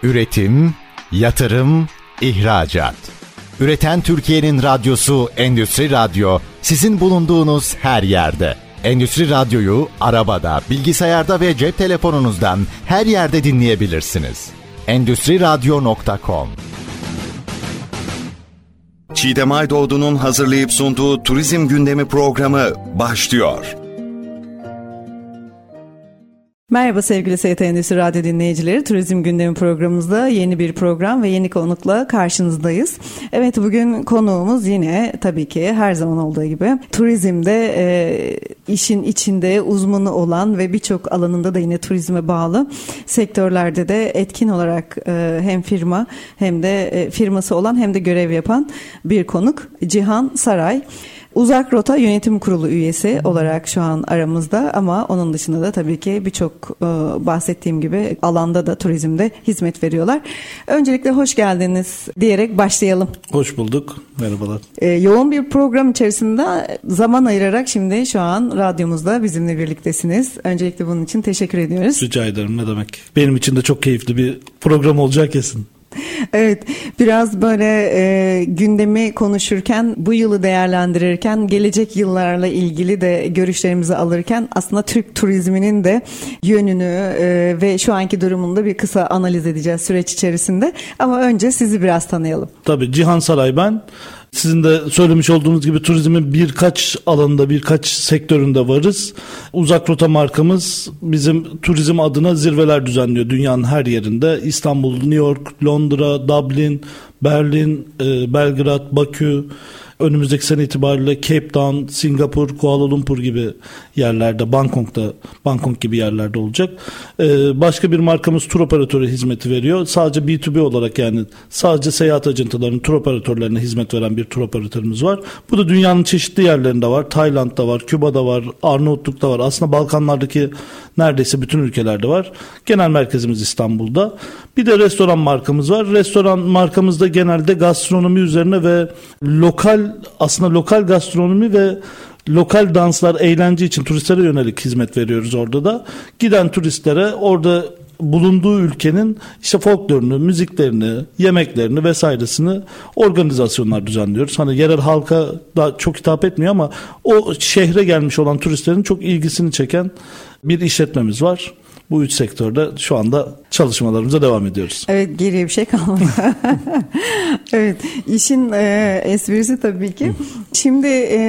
Üretim, yatırım, ihracat. Üreten Türkiye'nin radyosu Endüstri Radyo, sizin bulunduğunuz her yerde. Endüstri Radyo'yu arabada, bilgisayarda ve cep telefonunuzdan her yerde dinleyebilirsiniz. Endüstriradyo.com. Çiğdem Aydoğdu'nun hazırlayıp sunduğu Turizm Gündemi programı başlıyor. Merhaba sevgili ST Endüstri Radyo dinleyicileri. Turizm Gündemi programımızda yeni bir program ve yeni konukla karşınızdayız. Evet, bugün konuğumuz yine tabii ki her zaman olduğu gibi turizmde işin içinde uzmanı olan ve birçok alanında da yine turizme bağlı sektörlerde de etkin olarak hem firma hem de firması olan hem de görev yapan bir konuk Cihan Saray. Uzak Rota Yönetim Kurulu üyesi olarak şu an aramızda, ama onun dışında da tabii ki birçok bahsettiğim gibi alanda da turizmde hizmet veriyorlar. Öncelikle hoş geldiniz diyerek başlayalım. Hoş bulduk. Merhabalar. Yoğun bir program içerisinde zaman ayırarak şimdi şu an radyomuzda bizimle birliktesiniz. Öncelikle bunun için teşekkür ediyoruz. Rica ederim, ne demek. Benim için de çok keyifli bir program olacak kesin. Evet, biraz böyle gündemi konuşurken, bu yılı değerlendirirken, gelecek yıllarla ilgili de görüşlerimizi alırken aslında Türk turizminin de yönünü ve şu anki durumunu da bir kısa analiz edeceğiz süreç içerisinde. Ama önce sizi biraz tanıyalım. Tabii, Cihan Saray ben. Sizin de söylemiş olduğunuz gibi turizmin birkaç alanında, birkaç sektöründe varız. Uzak Rota markamız bizim turizm adına zirveler düzenliyor dünyanın her yerinde. İstanbul, New York, Londra, Dublin, Berlin, Belgrad, Bakü, önümüzdeki sene itibariyle Cape Town, Singapur, Kuala Lumpur gibi yerlerde, Bangkok gibi yerlerde olacak. Başka bir markamız tur operatörü hizmeti veriyor. Sadece B2B olarak, yani sadece seyahat ajantalarının tur operatörlerine hizmet veren bir tur operatörümüz var. Bu da dünyanın çeşitli yerlerinde var. Tayland'da var, Küba'da var, Arnavutluk'ta var. Aslında Balkanlardaki neredeyse bütün ülkelerde var. Genel merkezimiz İstanbul'da. Bir de restoran markamız var. Restoran markamızda genelde gastronomi üzerine ve lokal gastronomi ve lokal danslar, eğlence için turistlere yönelik hizmet veriyoruz orada da. Giden turistlere orada bulunduğu ülkenin işte folklorunu, müziklerini, yemeklerini vesairesini organizasyonlar düzenliyoruz. Hani yerel halka da çok hitap etmiyor ama o şehre gelmiş olan turistlerin çok ilgisini çeken bir işletmemiz var. Bu üç sektörde şu anda çalışmalarımıza devam ediyoruz. Evet, geriye bir şey kalmadı. Evet, işin esprisi tabii ki. Şimdi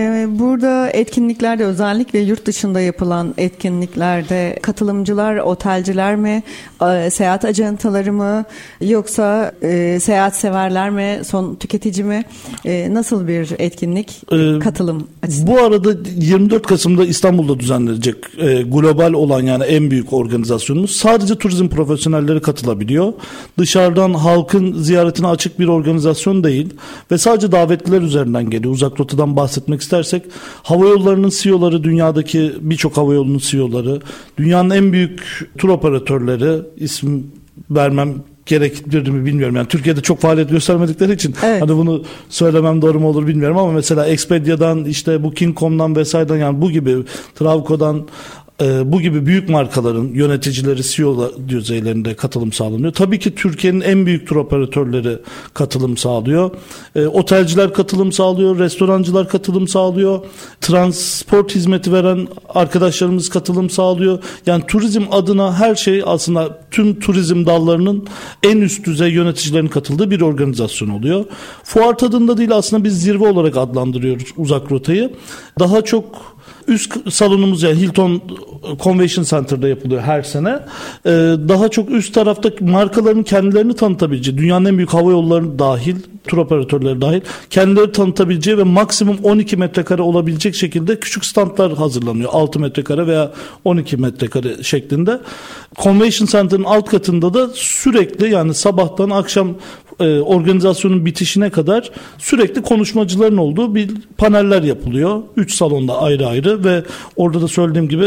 burada etkinliklerde, özellikle yurt dışında yapılan etkinliklerde katılımcılar otelciler mi, seyahat ajantaları mı, yoksa seyahat severler mi, son tüketici mi? Nasıl bir etkinlik katılım açısından? Bu arada 24 Kasım'da İstanbul'da düzenlenecek global olan, yani en büyük organizasyonumuz. Sadece turizm profesyonelleri katılabiliyor. Dışarıdan halkın ziyaretine açık bir organizasyon değil ve sadece davetliler üzerinden geliyor. Uzak Rota'dan bahsetmek istersek, havayollarının CEO'ları, dünyadaki birçok havayolunun CEO'ları, dünyanın en büyük tur operatörleri, isim vermem gerektirir mi bilmiyorum. Yani Türkiye'de çok faaliyet göstermedikleri için evet, hani bunu söylemem doğru mu olur bilmiyorum ama mesela Expedia'dan, işte Booking.com'dan vesaireden, yani bu gibi Travco'dan, bu gibi büyük markaların yöneticileri, CEO düzeylerinde katılım sağlanıyor. Tabii ki Türkiye'nin en büyük tur operatörleri katılım sağlıyor. Otelciler katılım sağlıyor, restorancılar katılım sağlıyor, transport hizmeti veren arkadaşlarımız katılım sağlıyor. Yani turizm adına her şey, aslında tüm turizm dallarının en üst düzey yöneticilerin katıldığı bir organizasyon oluyor. Fuar tadında değil, aslında biz zirve olarak adlandırıyoruz Uzak Rota'yı. Daha çok üst salonumuz, yani Hilton Convention Center'da yapılıyor her sene. Daha çok üst tarafta markaların kendilerini tanıtabileceği, dünyanın en büyük hava yolları dahil, tur operatörleri dahil, kendileri tanıtabileceği ve maksimum 12 metrekare olabilecek şekilde küçük standlar hazırlanıyor. 6 metrekare veya 12 metrekare şeklinde. Convention Center'ın alt katında da sürekli, yani sabahtan akşam organizasyonun bitişine kadar sürekli konuşmacıların olduğu bir paneller yapılıyor. 3 salonda ayrı ayrı ve orada da söylediğim gibi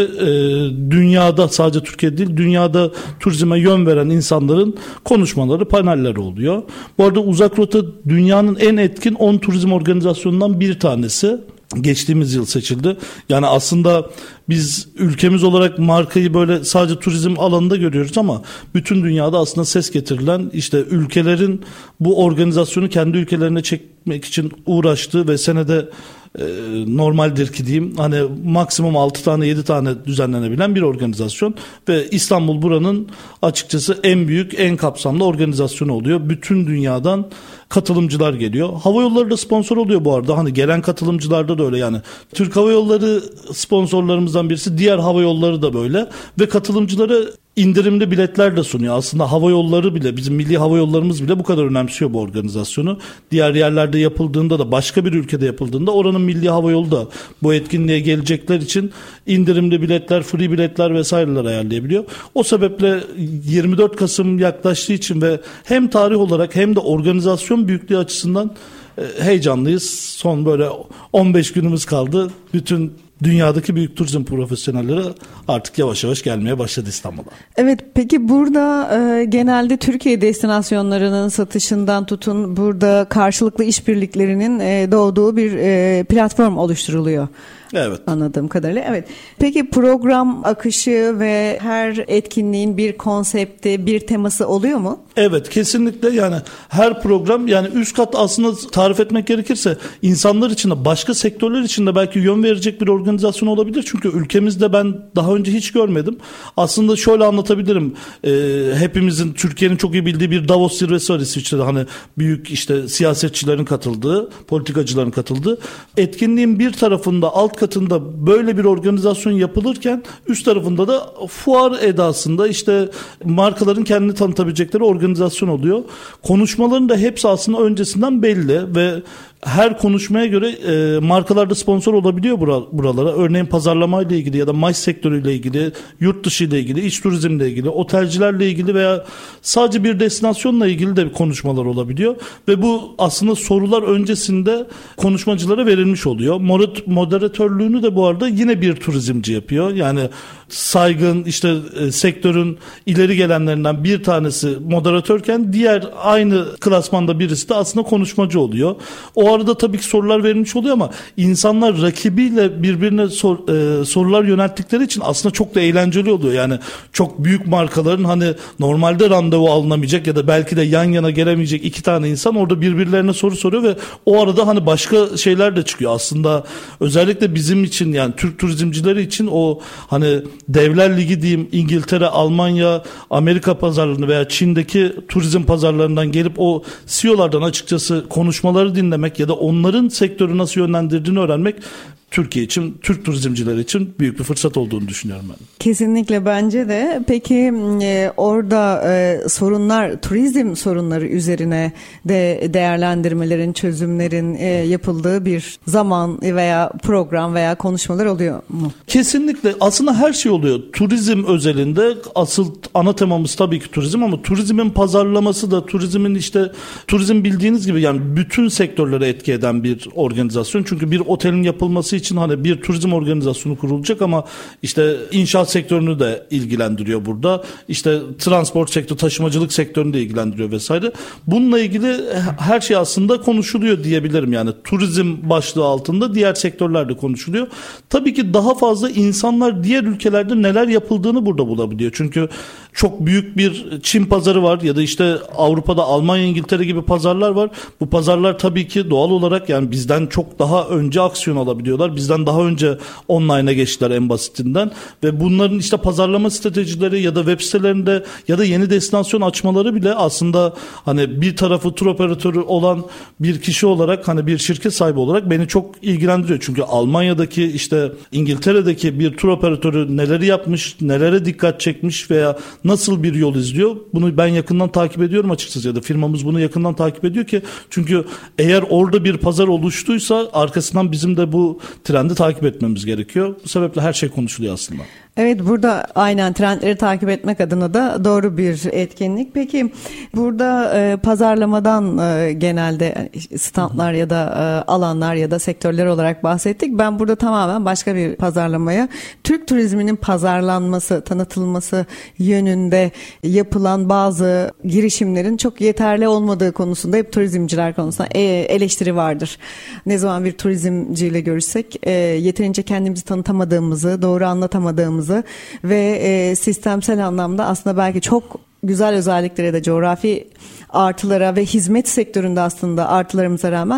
dünyada, sadece Türkiye değil, dünyada turizme yön veren insanların konuşmaları, paneller oluyor. Bu arada Uzak Rota dünyanın en etkin 10 turizm organizasyonundan bir tanesi. geçtiğimiz yıl seçildi. Yani aslında biz ülkemiz olarak markayı böyle sadece turizm alanında görüyoruz ama bütün dünyada aslında ses getirilen, işte ülkelerin bu organizasyonu kendi ülkelerine çekmek için uğraştığı ve senede normaldir ki diyeyim, hani maksimum 6 tane 7 tane düzenlenebilen bir organizasyon ve İstanbul buranın açıkçası en büyük, en kapsamlı organizasyonu oluyor. Bütün dünyadan katılımcılar geliyor. Hava yolları da sponsor oluyor bu arada. Hani gelen katılımcılarda da öyle yani. Türk Hava Yolları sponsorlarımızdan birisi, diğer hava yolları da böyle ve katılımcılara indirimli biletler de sunuyor. Aslında hava yolları bile, bizim milli hava yollarımız bile bu kadar önemsiyor bu organizasyonu. Diğer yerlerde yapıldığında da, başka bir ülkede yapıldığında oranın milli hava yolu da bu etkinliğe gelecekler için indirimli biletler, free biletler vesaireler ayarlayabiliyor. O sebeple 24 Kasım yaklaştığı için ve hem tarih olarak hem de organizasyon büyüklüğü açısından heyecanlıyız. Son böyle 15 günümüz kaldı. Bütün dünyadaki büyük turizm profesyonelleri artık yavaş yavaş gelmeye başladı İstanbul'a. Evet, peki burada genelde Türkiye destinasyonlarının satışından tutun, burada karşılıklı işbirliklerinin doğduğu bir platform oluşturuluyor. Evet. Anladığım kadarıyla. Evet. Peki program akışı ve her etkinliğin bir konsepti, bir teması oluyor mu? Evet, kesinlikle. Yani her program, yani üst kat aslında tarif etmek gerekirse insanlar için de, başka sektörler için de belki yön verecek bir organizasyon olabilir. Çünkü ülkemizde ben daha önce hiç görmedim. Aslında şöyle anlatabilirim. Hepimizin, Türkiye'nin çok iyi bildiği bir Davos zirvesi var İsviçre'de. Hani büyük işte siyasetçilerin katıldığı, politikacıların katıldığı. Etkinliğin bir tarafında, alt katında böyle bir organizasyon yapılırken üst tarafında da fuar edasında işte markaların kendini tanıtabilecekleri organizasyon oluyor. Konuşmaların da hepsi aslında öncesinden belli ve her konuşmaya göre markalar da sponsor olabiliyor buralara. Örneğin pazarlama ile ilgili ya da MICE sektörüyle ilgili, yurt dışı ile ilgili, iç turizmle ilgili, otelcilerle ilgili veya sadece bir destinasyonla ilgili de konuşmalar olabiliyor. Ve bu aslında sorular öncesinde konuşmacılara verilmiş oluyor. Moderatörlüğünü de bu arada yine bir turizmci yapıyor. Yani saygın, işte sektörün ileri gelenlerinden bir tanesi moderatörken diğer aynı klasmanda birisi de aslında konuşmacı oluyor. O arada tabii ki sorular verilmiş oluyor ama insanlar rakibiyle birbirine sorular yönelttikleri için aslında çok da eğlenceli oluyor. Yani çok büyük markaların hani normalde randevu alınamayacak ya da belki de yan yana gelemeyecek iki tane insan orada birbirlerine soru soruyor ve o arada hani başka şeyler de çıkıyor. Aslında özellikle bizim için, yani Türk turizmcileri için o hani Devler Ligi diyeyim, İngiltere, Almanya, Amerika pazarlarını veya Çin'deki turizm pazarlarından gelip o CEO'lardan açıkçası konuşmaları dinlemek ya da onların sektörü nasıl yönlendirdiğini öğrenmek Türkiye için, Türk turizmciler için büyük bir fırsat olduğunu düşünüyorum ben. Kesinlikle, bence de. Peki orada sorunlar, turizm sorunları üzerine de değerlendirmelerin, çözümlerin yapıldığı bir zaman veya program veya konuşmalar oluyor mu? Kesinlikle. Aslında her şey oluyor. Turizm özelinde asıl ana temamız tabii ki turizm ama turizmin pazarlaması da, turizmin işte, turizm bildiğiniz gibi yani bütün sektörlere etki eden bir organizasyon. Çünkü bir otelin yapılması için hani bir turizm organizasyonu kurulacak ama işte inşaat sektörünü de ilgilendiriyor burada. İşte transport sektörü, taşımacılık sektörünü de ilgilendiriyor vesaire. Bununla ilgili her şey aslında konuşuluyor diyebilirim. Yani turizm başlığı altında diğer sektörler de konuşuluyor. Tabii ki daha fazla insanlar diğer ülkelerde neler yapıldığını burada bulabiliyor. Çünkü çok büyük bir Çin pazarı var ya da işte Avrupa'da Almanya, İngiltere gibi pazarlar var. Bu pazarlar tabii ki doğal olarak yani bizden çok daha önce aksiyon alabiliyorlar. Bizden daha önce online'a geçtiler en basitinden ve bunların işte pazarlama stratejileri ya da web sitelerinde ya da yeni destinasyon açmaları bile aslında hani bir tarafı tur operatörü olan bir kişi olarak, hani bir şirket sahibi olarak beni çok ilgilendiriyor. Çünkü Almanya'daki, işte İngiltere'deki bir tur operatörü neleri yapmış, nelere dikkat çekmiş veya nasıl bir yol izliyor, bunu ben yakından takip ediyorum açıkçası ya da firmamız bunu yakından takip ediyor ki çünkü eğer orada bir pazar oluştuysa arkasından bizim de bu trendi takip etmemiz gerekiyor. Bu sebeple her şey konuşuluyor aslında. Evet, burada aynen trendleri takip etmek adına da doğru bir etkinlik. Peki burada pazarlamadan genelde standlar ya da alanlar ya da sektörler olarak bahsettik. Ben burada tamamen başka bir pazarlamaya, Türk turizminin pazarlanması, tanıtılması yönünde yapılan bazı girişimlerin çok yeterli olmadığı konusunda hep turizmciler konusunda eleştiri vardır. Ne zaman bir turizmciyle görüşsek yeterince kendimizi tanıtamadığımızı, doğru anlatamadığımızı ve sistemsel anlamda aslında belki çok güzel özelliklere de, coğrafi artılara ve hizmet sektöründe aslında artılarımıza rağmen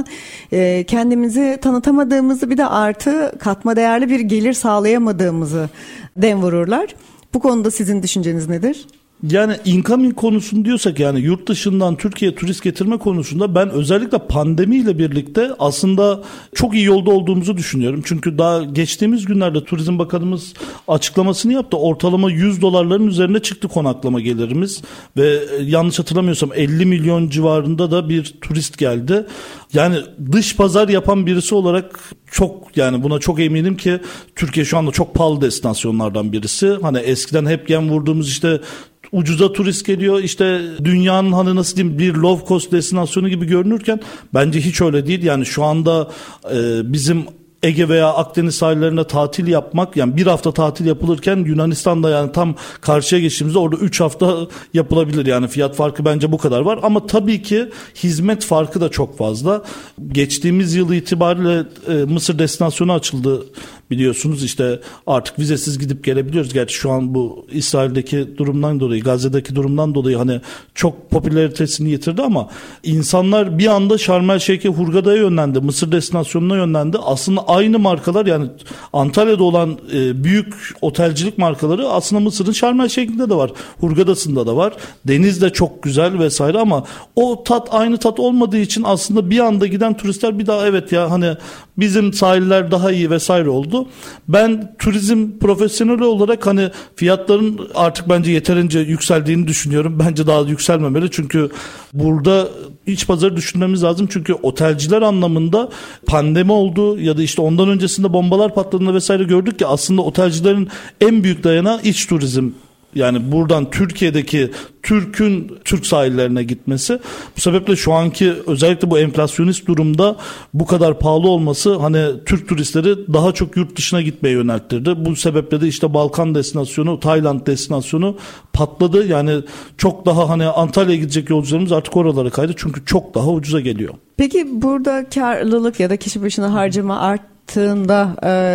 kendimizi tanıtamadığımızı, bir de artı katma değerli bir gelir sağlayamadığımızı dem vururlar. Bu konuda sizin düşünceniz nedir? Yani incoming konusunu diyorsak, yani yurt dışından Türkiye'ye turist getirme konusunda ben özellikle pandemiyle birlikte aslında çok iyi yolda olduğumuzu düşünüyorum. Çünkü daha geçtiğimiz günlerde Turizm Bakanımız açıklamasını yaptı. Ortalama $100'ların üzerine çıktı konaklama gelirimiz ve yanlış hatırlamıyorsam 50 milyon civarında da bir turist geldi. Yani dış pazar yapan birisi olarak çok, yani buna çok eminim ki Türkiye şu anda çok pahalı destinasyonlardan birisi. Hani eskiden hep yem vurduğumuz işte ucuza turist geliyor, işte dünyanın hani nasıl diyeyim bir low cost destinasyonu gibi görünürken bence hiç öyle değil. Yani şu anda bizim Ege veya Akdeniz sahillerinde tatil yapmak, yani bir hafta tatil yapılırken Yunanistan'da yani tam karşıya geçtiğimizde orada 3 hafta yapılabilir. Yani fiyat farkı bence bu kadar var ama tabii ki hizmet farkı da çok fazla. Geçtiğimiz yıl itibariyle Mısır destinasyonu açıldı, biliyorsunuz. İşte artık vizesiz gidip gelebiliyoruz. Gerçi şu an bu İsrail'deki durumdan dolayı, Gazze'deki durumdan dolayı hani çok popülaritesini yitirdi ama insanlar bir anda Şarm El Şeyh'e, Hurghada'ya yönlendi. Mısır destinasyonuna yönlendi. Aslında aynı markalar, yani Antalya'da olan büyük otelcilik markaları aslında Mısır'ın Şarm El Şeyh'inde de var. Hurghada'sında da var. Deniz de çok güzel vesaire ama o tat aynı tat olmadığı için aslında bir anda giden turistler bir daha evet ya hani bizim sahiller daha iyi vesaire oldu. Ben turizm profesyoneli olarak hani fiyatların artık bence yeterince yükseldiğini düşünüyorum. Bence daha yükselmemeli çünkü burada iç pazarı düşünmemiz lazım. Çünkü otelciler anlamında pandemi oldu ya da işte ondan öncesinde bombalar patladığında vesaire gördük ki aslında otelcilerin en büyük dayanağı iç turizm. Yani buradan Türkiye'deki Türk'ün Türk sahillerine gitmesi. Bu sebeple şu anki özellikle bu enflasyonist durumda bu kadar pahalı olması hani Türk turistleri daha çok yurt dışına gitmeye yönelttirdi. Bu sebeple de işte Balkan destinasyonu, Tayland destinasyonu patladı. Yani çok daha hani Antalya'ya gidecek yolcularımız artık oralara kaydı. Çünkü çok daha ucuza geliyor. Peki burada karlılık ya da kişi başına harcama arttığında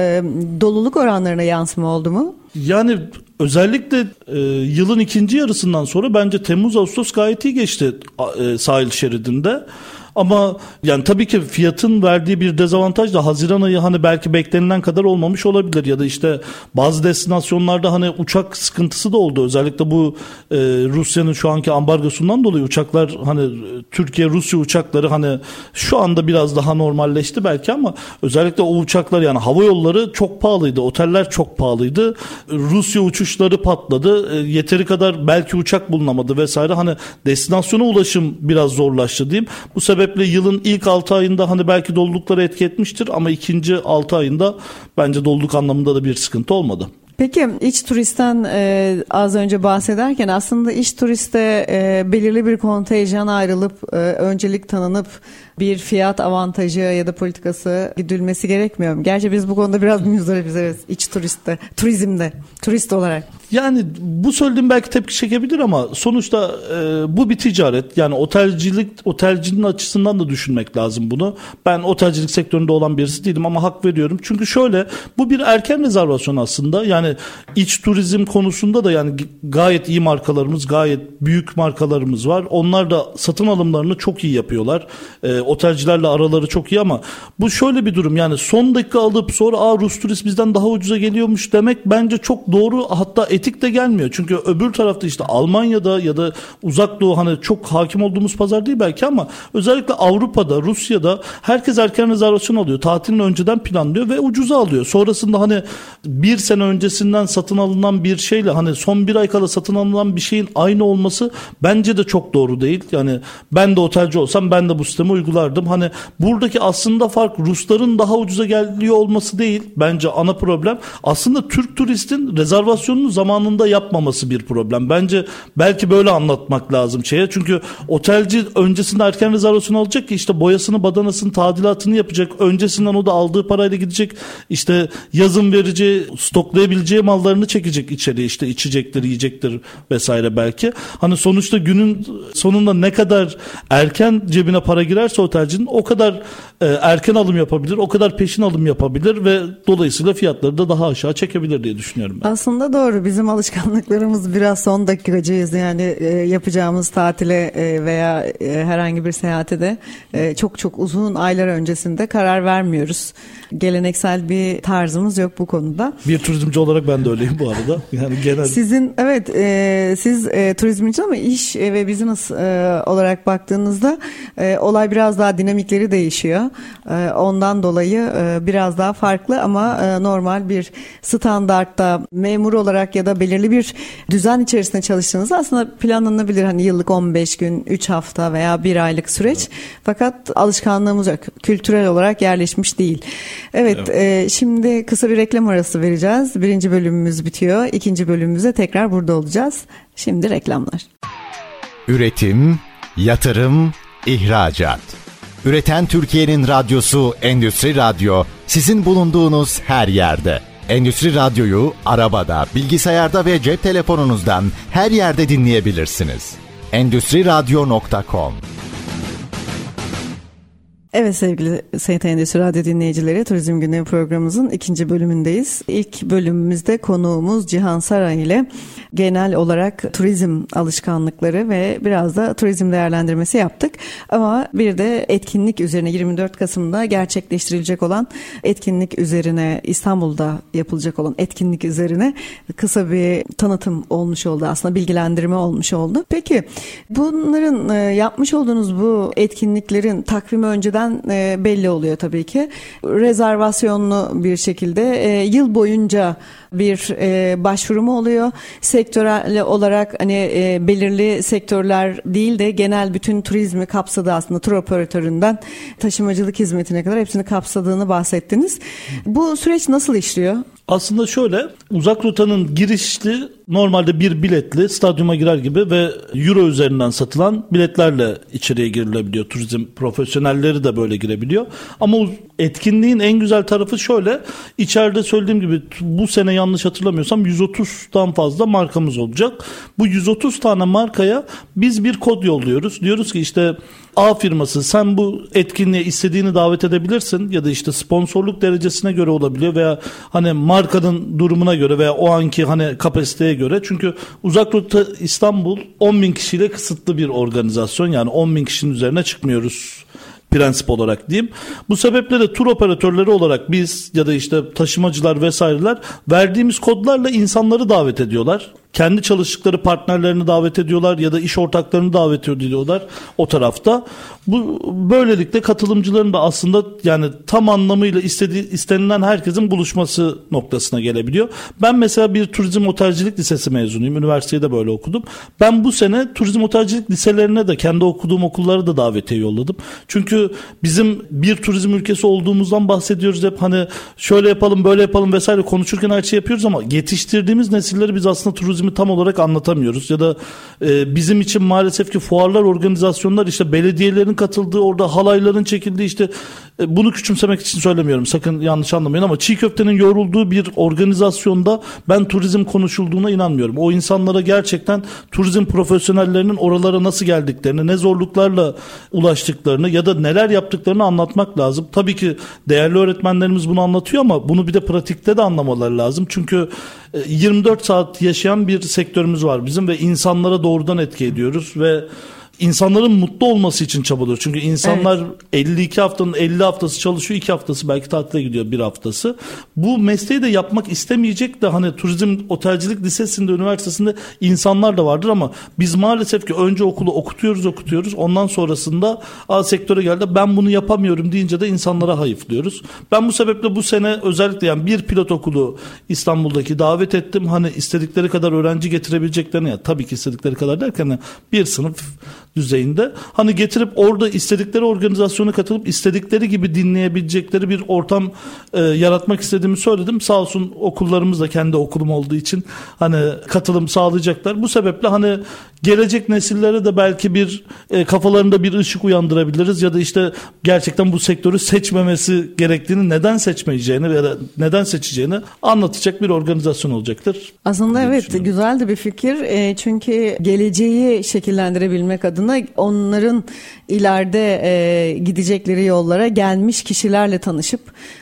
doluluk oranlarına yansıma oldu mu? Yani özellikle yılın ikinci yarısından sonra bence Temmuz-Ağustos gayet iyi geçti sahil şeridinde. Ama yani tabii ki fiyatın verdiği bir dezavantaj da Haziran ayı hani belki beklenilen kadar olmamış olabilir ya da işte bazı destinasyonlarda hani uçak sıkıntısı da oldu. Özellikle bu Rusya'nın şu anki ambargosundan dolayı uçaklar hani Türkiye-Rusya uçakları hani şu anda biraz daha normalleşti belki ama özellikle o uçaklar yani hava yolları çok pahalıydı. Oteller çok pahalıydı. Rusya uçuşları patladı. Yeteri kadar belki uçak bulunamadı vesaire. Hani destinasyona ulaşım biraz zorlaştı diyeyim. Bu sebeple yılın ilk 6 ayında hani belki doluluklara etki etmiştir ama ikinci 6 ayında bence doluluk anlamında da bir sıkıntı olmadı. Peki iç turistten az önce bahsederken aslında iç turiste belirli bir kontenjan ayrılıp öncelik tanınıp bir fiyat avantajı ya da politikası güdülmesi gerekmiyor mu? Gerçi biz bu konuda biraz muzdaribiz evet iç turiste, turizmde, turist olarak. Yani bu söylediğim belki tepki çekebilir ama sonuçta bu bir ticaret. Yani otelcinin açısından da düşünmek lazım bunu. Ben otelcilik sektöründe olan birisi değilim ama hak veriyorum. Çünkü şöyle bu bir erken rezervasyon aslında. Yani iç turizm konusunda da yani gayet iyi markalarımız, gayet büyük markalarımız var. Onlar da satın alımlarını çok iyi yapıyorlar. Otelcilerle araları çok iyi ama bu şöyle bir durum. Yani son dakika alıp sonra Rus turist bizden daha ucuza geliyormuş demek bence çok doğru hatta etik de gelmiyor. Çünkü öbür tarafta işte Almanya'da ya da Uzak Doğu, hani çok hakim olduğumuz pazar değil belki ama özellikle Avrupa'da, Rusya'da herkes erken rezervasyon alıyor. Tatilini önceden planlıyor ve ucuza alıyor. Sonrasında hani bir sene öncesinden satın alınan bir şeyle hani son bir ay kala satın alınan bir şeyin aynı olması bence de çok doğru değil. Yani ben de otelci olsam ben de bu sistemi uygulardım. Hani buradaki aslında fark Rusların daha ucuza geliyor olması değil. Bence ana problem aslında Türk turistin rezervasyonunu zamanında yapmaması bir problem. Bence belki böyle anlatmak lazım şeye. Çünkü otelci öncesinde erken rezervasyon alacak ki işte boyasını, badanasını, tadilatını yapacak. Öncesinden o da aldığı parayla gidecek. İşte yazın vereceği, stoklayabileceği mallarını çekecek içeriye. İşte içecektir, yiyecektir vesaire belki. Hani sonuçta günün sonunda ne kadar erken cebine para girerse otelcinin o kadar erken alım yapabilir, o kadar peşin alım yapabilir ve dolayısıyla fiyatları da daha aşağı çekebilir diye düşünüyorum ben. Aslında doğru. Bizim alışkanlıklarımız biraz son dakikacıyız. Yani yapacağımız tatile veya herhangi bir seyahate de çok çok uzun aylar öncesinde karar vermiyoruz. Geleneksel bir tarzımız yok bu konuda. Bir turizmci olarak ben de öyleyim bu arada. Yani genel. Sizin evet siz turizmci ama iş ve business olarak baktığınızda olay biraz daha dinamikleri değişiyor. Ondan dolayı biraz daha farklı ama normal bir standartta memur olarak ya da belirli bir düzen içerisinde çalıştığınızda aslında planlanabilir. Hani yıllık 15 gün, 3 hafta veya 1 aylık süreç. Fakat alışkanlığımız yok. Kültürel olarak yerleşmiş değil. Evet. Şimdi kısa bir reklam arası vereceğiz. 1. bölümümüz bitiyor. 2. bölümümüzde tekrar burada olacağız. Şimdi reklamlar. Üretim, yatırım, ihracat. Üreten Türkiye'nin radyosu Endüstri Radyo, sizin bulunduğunuz her yerde. Endüstri Radyo'yu arabada, bilgisayarda ve cep telefonunuzdan her yerde dinleyebilirsiniz. Endüstriradyo.com. Evet sevgili ST Endüstri Radyo dinleyicileri, Turizm Gündemi programımızın 2. bölümündeyiz. İlk bölümümüzde konuğumuz Cihan Saray ile genel olarak turizm alışkanlıkları ve biraz da turizm değerlendirmesi yaptık. Ama bir de etkinlik üzerine 24 Kasım'da gerçekleştirilecek olan etkinlik üzerine, İstanbul'da yapılacak olan etkinlik üzerine kısa bir tanıtım olmuş oldu. Aslında bilgilendirme olmuş oldu. Peki bunların yapmış olduğunuz bu etkinliklerin takvimi önceden belli oluyor tabii ki. Rezervasyonlu bir şekilde yıl boyunca bir başvuru mu oluyor? Sektörel olarak hani belirli sektörler değil de genel bütün turizmi kapsadı aslında, tur operatöründen taşımacılık hizmetine kadar hepsini kapsadığını bahsettiniz. Bu süreç nasıl işliyor? Aslında şöyle, uzak rotanın girişli normalde bir biletli stadyuma girer gibi ve euro üzerinden satılan biletlerle içeriye girilebiliyor. Turizm profesyonelleri de böyle girebiliyor. Ama etkinliğin en güzel tarafı şöyle, içeride söylediğim gibi bu sene yanlış hatırlamıyorsam 130'dan fazla markamız olacak. Bu 130 tane markaya biz bir kod yolluyoruz. Diyoruz ki işte A firması sen bu etkinliğe istediğini davet edebilirsin ya da işte sponsorluk derecesine göre olabiliyor veya hani markanın durumuna göre veya o anki hani kapasiteye göre. Çünkü Uzak Rota İstanbul 10.000 kişiyle kısıtlı bir organizasyon, yani 10.000 kişinin üzerine çıkmıyoruz prensip olarak diyeyim. Bu sebeple de tur operatörleri olarak biz ya da işte taşımacılar vesaireler verdiğimiz kodlarla insanları davet ediyorlar. Kendi çalıştıkları partnerlerini davet ediyorlar ya da iş ortaklarını davet ediyorlar o tarafta. Bu böylelikle katılımcıların da aslında yani tam anlamıyla istenilen herkesin buluşması noktasına gelebiliyor. Ben mesela bir turizm otelcilik lisesi mezunuyum. Üniversiteyi de böyle okudum. Ben bu sene turizm otelcilik liselerine de kendi okuduğum okullara da davetiye yolladım. Çünkü bizim bir turizm ülkesi olduğumuzdan bahsediyoruz hep, hani şöyle yapalım böyle yapalım vesaire konuşurken her şey yapıyoruz ama yetiştirdiğimiz nesilleri biz aslında turizmi tam olarak anlatamıyoruz ya da bizim için maalesef ki fuarlar, organizasyonlar, işte belediyelerin katıldığı, orada halayların çekildiği, işte bunu küçümsemek için söylemiyorum, sakın yanlış anlamayın ama çiğ köftenin yoğrulduğu bir organizasyonda ben turizm konuşulduğuna inanmıyorum. O insanlara gerçekten turizm profesyonellerinin oralara nasıl geldiklerini, ne zorluklarla ulaştıklarını ya da neler yaptıklarını anlatmak lazım. Tabii ki değerli öğretmenlerimiz bunu anlatıyor ama bunu bir de pratikte de anlamaları lazım. Çünkü 24 saat yaşayan bir sektörümüz var bizim ve insanlara doğrudan etki ediyoruz ve insanların mutlu olması için çabalıyor. Çünkü insanlar 52 haftanın 50 haftası çalışıyor, 2 haftası belki tatile gidiyor, 1 haftası. Bu mesleği de yapmak istemeyecek de hani turizm otelcilik lisesinde, üniversitesinde insanlar da vardır ama biz maalesef ki önce okulu okutuyoruz. Ondan sonrasında sektöre geldi ben bunu yapamıyorum deyince de insanlara hayıflıyoruz. Ben bu sebeple bu sene özellikle yani bir pilot okulu İstanbul'daki davet ettim. Hani istedikleri kadar öğrenci getirebileceklerini, ya tabii ki istedikleri kadar derken bir sınıf düzeyinde hani getirip orada istedikleri organizasyona katılıp istedikleri gibi dinleyebilecekleri bir ortam yaratmak istediğimi söyledim. Sağ olsun okullarımız da kendi okulum olduğu için hani katılım sağlayacaklar. Bu sebeple hani gelecek nesillere de belki bir kafalarında bir ışık uyandırabiliriz ya da işte gerçekten bu sektörü seçmemesi gerektiğini, neden seçmeyeceğini veya neden seçeceğini anlatacak bir organizasyon olacaktır. Aslında evet, güzel de bir fikir. Çünkü geleceği şekillendirebilmek adına onların ileride gidecekleri yollara gelmiş kişilerle tanışıp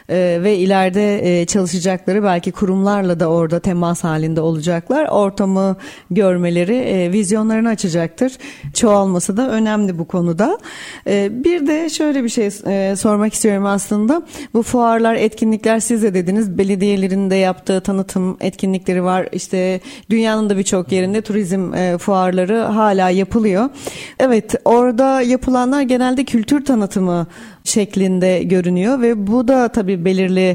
ve ileride çalışacakları belki kurumlarla da orada temas halinde olacaklar. Ortamı görmeleri vizyonlarını açacaktır. Çoğalması da önemli bu konuda. Bir de şöyle bir şey sormak istiyorum aslında. Bu fuarlar, etkinlikler, siz de dediniz, belediyelerin de yaptığı tanıtım etkinlikleri var. İşte dünyanın da birçok yerinde turizm fuarları hala yapılıyor. Evet, orada yapılanlar genelde kültür tanıtımı şeklinde görünüyor ve bu da tabii belirli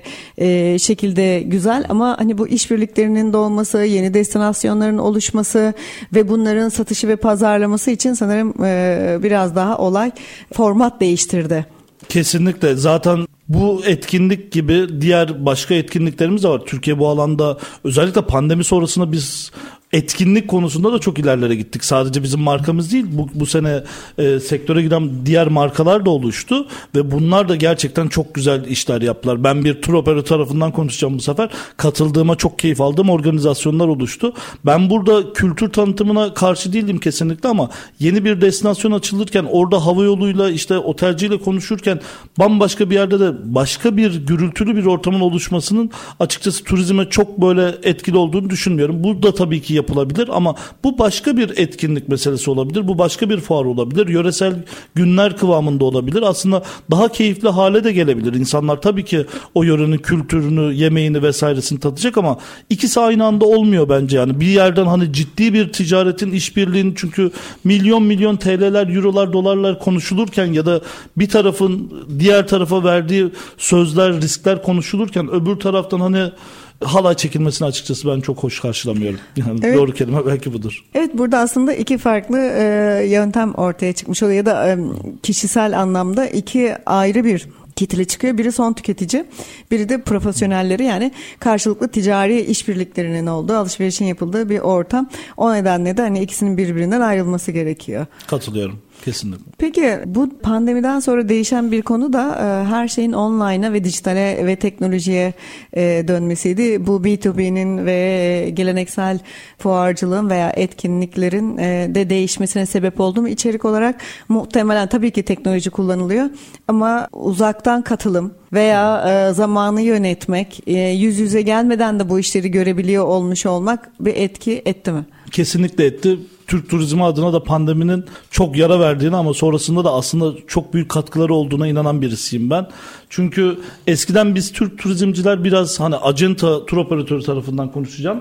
şekilde güzel ama hani bu işbirliklerinin de olması, yeni destinasyonların oluşması ve bunların satışı ve pazarlaması için sanırım biraz daha olay format değiştirdi. Kesinlikle. Zaten bu etkinlik gibi diğer başka etkinliklerimiz de var. Türkiye bu alanda özellikle pandemi sonrasında biz etkinlik konusunda da çok ilerlere gittik. Sadece bizim markamız değil, bu sene sektöre giren diğer markalar da oluştu ve bunlar da gerçekten çok güzel işler yaptılar. Ben bir tur operatörü tarafından konuşacağım bu sefer. Katıldığıma çok keyif aldığım organizasyonlar oluştu. Ben burada kültür tanıtımına karşı değildim kesinlikle ama yeni bir destinasyon açılırken orada havayoluyla işte otelciyle konuşurken bambaşka bir yerde de başka bir gürültülü bir ortamın oluşmasının açıkçası turizme çok böyle etkili olduğunu düşünmüyorum. Bu da tabii ki yapılabilir ama bu başka bir etkinlik meselesi olabilir. Bu başka bir fuar olabilir. Yöresel günler kıvamında olabilir. Aslında daha keyifli hale de gelebilir. İnsanlar tabii ki o yörenin kültürünü, yemeğini vesairesini tadacak ama ikisi aynı anda olmuyor bence. Yani bir yerden hani ciddi bir ticaretin, işbirliğinin, çünkü milyon TL'ler, eurolar, dolarlar konuşulurken ya da bir tarafın diğer tarafa verdiği sözler, riskler konuşulurken öbür taraftan hani halay çekilmesini açıkçası ben çok hoş karşılamıyorum. Yani evet. Doğru kelime belki budur. Evet, burada aslında iki farklı yöntem ortaya çıkmış oluyor ya da kişisel anlamda iki ayrı bir kitle çıkıyor. Biri son tüketici, biri de profesyonelleri, yani karşılıklı ticari işbirliklerinin olduğu, alışverişin yapıldığı bir ortam. O nedenle de hani ikisinin birbirinden ayrılması gerekiyor. Katılıyorum. Kesinlikle. Peki bu pandemiden sonra değişen bir konu da her şeyin online'a ve dijitale ve teknolojiye dönmesiydi. Bu B2B'nin ve geleneksel fuarcılığın veya etkinliklerin de değişmesine sebep oldu mu? İçerik olarak muhtemelen tabii ki teknoloji kullanılıyor ama uzaktan katılım veya zamanı yönetmek, yüz yüze gelmeden de bu işleri görebiliyor olmuş olmak bir etki etti mi? Kesinlikle etti. Türk turizmi adına da pandeminin çok yara verdiğini ama sonrasında da aslında çok büyük katkıları olduğuna inanan birisiyim ben. Çünkü eskiden biz Türk turizmciler biraz hani acenta, tur operatörü tarafından konuşacağım.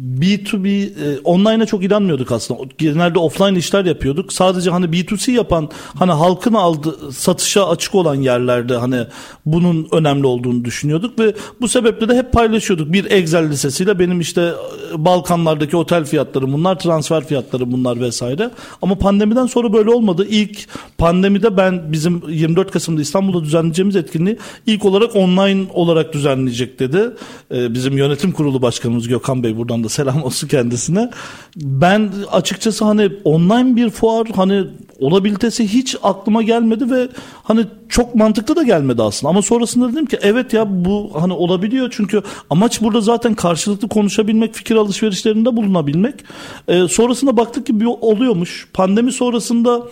B2B, online'a çok inanmıyorduk aslında. Genelde offline işler yapıyorduk. Sadece hani B2C yapan, hani halkın aldığı, satışa açık olan yerlerde hani bunun önemli olduğunu düşünüyorduk ve bu sebeple de hep paylaşıyorduk. Bir Excel listesiyle benim işte Balkanlardaki otel fiyatları bunlar, transfer fiyatları bunlar vesaire. Ama pandemiden sonra böyle olmadı. İlk pandemide ben bizim 24 Kasım'da İstanbul'da düzenleyeceğimiz etkinliği ilk olarak online olarak düzenleyecek dedi. Bizim yönetim kurulu başkanımız Gökhan Bey, buradan da selam olsun kendisine. Ben açıkçası hani online bir fuar hani olabilitesi hiç aklıma gelmedi ve hani çok mantıklı da gelmedi aslında. Ama sonrasında dedim ki evet ya bu hani olabiliyor, çünkü amaç burada zaten karşılıklı konuşabilmek, fikir alışverişlerinde bulunabilmek. Sonrasında baktık ki oluyormuş. Pandemi sonrasında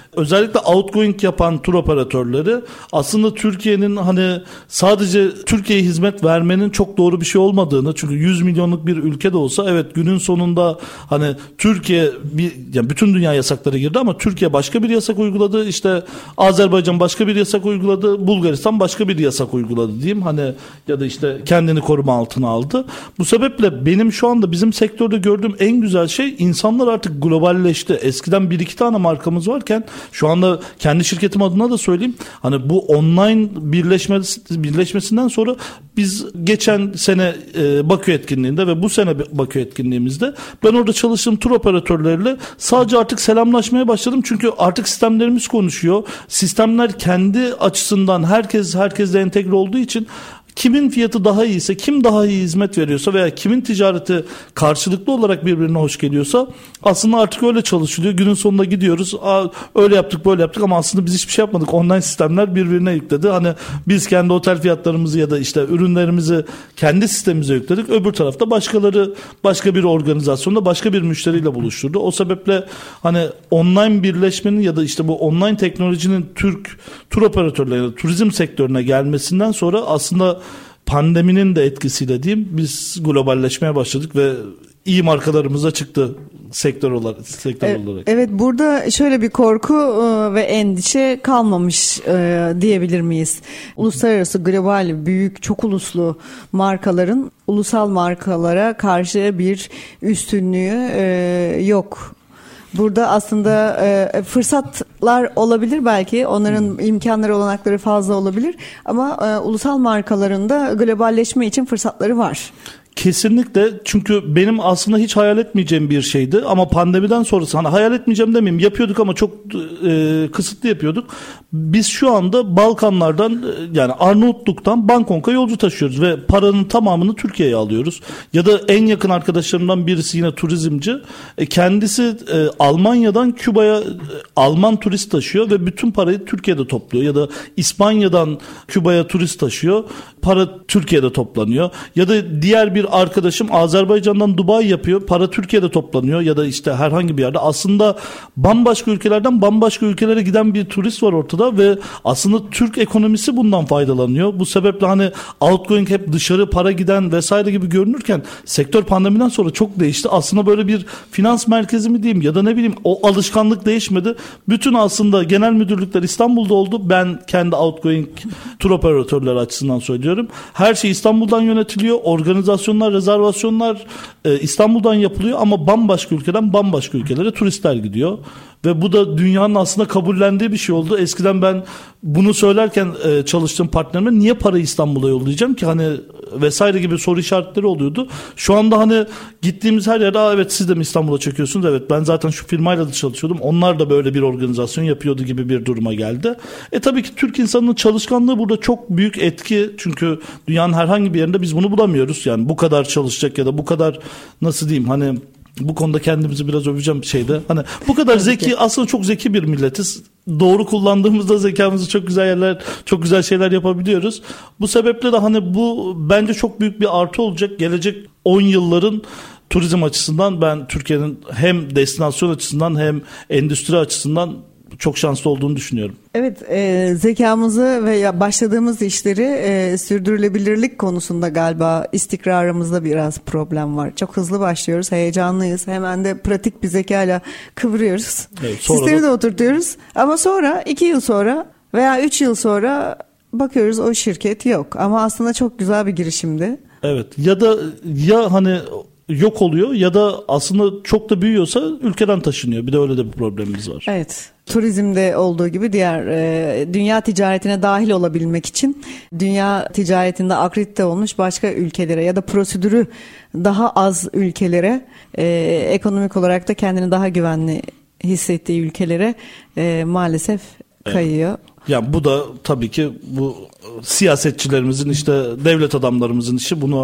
özellikle outgoing yapan tur operatörleri aslında Türkiye'nin hani sadece Türkiye'ye hizmet vermenin çok doğru bir şey olmadığını, çünkü 100 milyonluk bir ülke de olsa evet günün sonunda hani Türkiye yani bütün dünya yasakları girdi ama Türkiye başka bir yasak uyguladı, işte Azerbaycan başka bir yasak uyguladı, Bulgaristan başka bir yasak uyguladı diyeyim hani, ya da işte kendini koruma altına aldı. Bu sebeple benim şu anda bizim sektörde gördüğüm en güzel şey, insanlar artık globalleşti. Eskiden 1-2 tane markamız varken şu anda kendi şirketim adına da söyleyeyim, hani bu online birleşmesinden sonra biz geçen sene Bakü etkinliğinde ve bu sene Bakü etkinliğimizde ben orada çalıştığım tur operatörleriyle sadece artık selamlaşmaya başladım. Çünkü artık sistemlerimiz konuşuyor. Sistemler kendi açısından herkesle entegre olduğu için kimin fiyatı daha iyiyse, kim daha iyi hizmet veriyorsa veya kimin ticareti karşılıklı olarak birbirine hoş geliyorsa aslında artık öyle çalışılıyor. Günün sonunda gidiyoruz. Öyle yaptık, böyle yaptık ama aslında biz hiçbir şey yapmadık. Online sistemler birbirine yükledi. Hani biz kendi otel fiyatlarımızı ya da işte ürünlerimizi kendi sistemimize yükledik. Öbür tarafta başkaları başka bir organizasyonda başka bir müşteriyle buluşturdu. O sebeple hani online birleşmenin ya da işte bu online teknolojinin Türk tur operatörlerine, turizm sektörüne gelmesinden sonra aslında pandeminin de etkisiyle diyeyim biz globalleşmeye başladık ve iyi markalarımız da çıktı sektör olarak. Evet, burada şöyle bir korku ve endişe kalmamış diyebilir miyiz? Uluslararası, global, büyük, çok uluslu markaların ulusal markalara karşı bir üstünlüğü yok. Burada aslında fırsatlar olabilir belki. Onların imkanları, olanakları fazla olabilir. Ama ulusal markaların da globalleşme için fırsatları var. Kesinlikle, çünkü benim aslında hiç hayal etmeyeceğim bir şeydi ama pandemiden sonrası hani hayal etmeyeceğim demeyeyim, yapıyorduk ama çok kısıtlı yapıyorduk. Biz şu anda Balkanlardan yani Arnavutluk'tan Bangkok'a yolcu taşıyoruz ve paranın tamamını Türkiye'ye alıyoruz. Ya da en yakın arkadaşlarımdan birisi yine turizmci, kendisi Almanya'dan Küba'ya Alman turist taşıyor ve bütün parayı Türkiye'de topluyor. Ya da İspanya'dan Küba'ya turist taşıyor, para Türkiye'de toplanıyor. Ya da diğer bir arkadaşım Azerbaycan'dan Dubai yapıyor, para Türkiye'de toplanıyor ya da işte herhangi bir yerde. Aslında bambaşka ülkelerden bambaşka ülkelere giden bir turist var ortada ve aslında Türk ekonomisi bundan faydalanıyor. Bu sebeple hani outgoing hep dışarı para giden vesaire gibi görünürken sektör pandemiden sonra çok değişti. Aslında böyle bir finans merkezi mi diyeyim ya da ne bileyim, o alışkanlık değişmedi. Bütün aslında genel müdürlükler İstanbul'da oldu. Ben kendi outgoing tur operatörleri açısından söylüyorum. Her şey İstanbul'dan yönetiliyor. Organizasyonlar, rezervasyonlar İstanbul'dan yapılıyor ama bambaşka ülkeden bambaşka ülkelere turistler gidiyor. Ve bu da dünyanın aslında kabullendiği bir şey oldu. Eskiden ben bunu söylerken çalıştığım partnerime niye parayı İstanbul'a yollayacağım ki hani vesaire gibi soru işaretleri oluyordu. Şu anda hani gittiğimiz her yerde evet siz de mi İstanbul'a çekiyorsunuz? Evet ben zaten şu firmayla da çalışıyordum. Onlar da böyle bir organizasyon yapıyordu gibi bir duruma geldi. Tabii ki Türk insanının çalışkanlığı burada çok büyük etki. Çünkü dünyanın herhangi bir yerinde biz bunu bulamıyoruz. Yani bu kadar çalışacak ya da bu kadar nasıl diyeyim hani bu konuda kendimizi biraz öveceğim şeyde. Hani bu kadar zeki, aslında çok zeki bir milletiz. Doğru kullandığımızda zekamızı çok güzel şeyler yapabiliyoruz. Bu sebeple de hani bu bence çok büyük bir artı olacak. Gelecek 10 yılların turizm açısından ben Türkiye'nin hem destinasyon açısından hem endüstri açısından çok şanslı olduğunu düşünüyorum. Evet, zekamızı ve başladığımız işleri sürdürülebilirlik konusunda galiba istikrarımızda biraz problem var. Çok hızlı başlıyoruz, heyecanlıyız. Hemen de pratik bir zekayla kıvırıyoruz. Evet, sistemi de oturtuyoruz. Ama sonra 2 yıl sonra veya 3 yıl sonra bakıyoruz o şirket yok. Ama aslında çok güzel bir girişimdi. Evet, ya hani yok oluyor ya da aslında çok da büyüyorsa ülkeden taşınıyor. Bir de öyle de bir problemimiz var. Evet. Turizmde olduğu gibi diğer dünya ticaretine dahil olabilmek için dünya ticaretinde akredite olmuş başka ülkelere ya da prosedürü daha az ülkelere, ekonomik olarak da kendini daha güvenli hissettiği ülkelere maalesef kayıyor. Evet. Yani bu da tabii ki bu siyasetçilerimizin, işte devlet adamlarımızın işi, bunu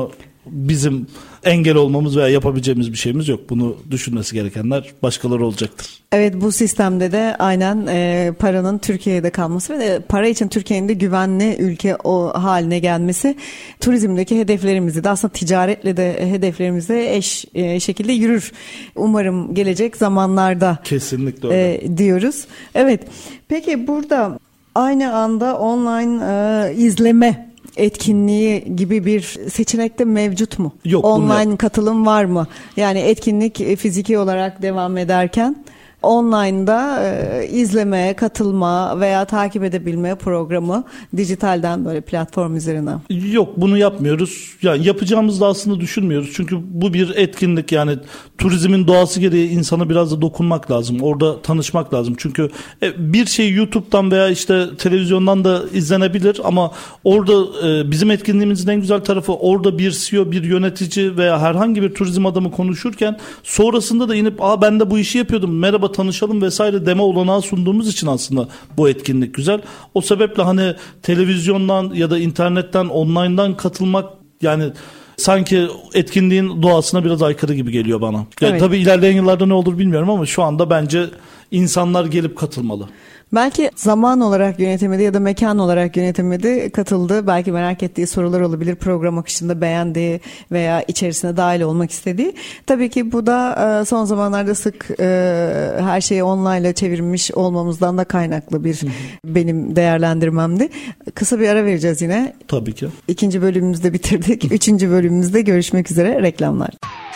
bizim engel olmamız veya yapabileceğimiz bir şeyimiz yok. Bunu düşünmesi gerekenler başkaları olacaktır. Evet, bu sistemde de aynen paranın Türkiye'de kalması ve de para için Türkiye'nin de güvenli ülke o haline gelmesi turizmdeki hedeflerimizi de aslında ticaretle de hedeflerimize eş şekilde yürür. Umarım gelecek zamanlarda. Kesinlikle öyle. Diyoruz. Evet. Peki burada aynı anda online izleme etkinliği gibi bir seçenek de mevcut mu? Yok. Online katılım var mı? Yani etkinlik fiziki olarak devam ederken online'da izleme, katılma veya takip edebilme programı dijitalden böyle platform üzerine. Yok, bunu yapmıyoruz. Yani yapacağımızı da aslında düşünmüyoruz. Çünkü bu bir etkinlik, yani turizmin doğası gereği insana biraz da dokunmak lazım. Orada tanışmak lazım. Çünkü bir şey YouTube'dan veya işte televizyondan da izlenebilir ama orada bizim etkinliğimizin en güzel tarafı orada bir CEO, bir yönetici veya herhangi bir turizm adamı konuşurken sonrasında da inip ben de bu işi yapıyordum, merhaba tanışalım vesaire deme olanağı sunduğumuz için aslında bu etkinlik güzel. O sebeple hani televizyondan ya da internetten, online'dan katılmak yani sanki etkinliğin doğasına biraz aykırı gibi geliyor bana. Yani evet. Tabii ilerleyen yıllarda ne olur bilmiyorum ama şu anda bence insanlar gelip katılmalı. Belki zaman olarak yönetemedi ya da mekan olarak yönetemedi, katıldı. Belki merak ettiği sorular olabilir, program akışında beğendiği veya içerisine dahil olmak istediği. Tabii ki bu da son zamanlarda sık her şeyi online'la çevirmiş olmamızdan da kaynaklı bir benim değerlendirmemdi. Kısa bir ara vereceğiz yine. Tabii ki. 2. bölümümüzde bitirdik. 3. bölümümüzde görüşmek üzere. Reklamlar.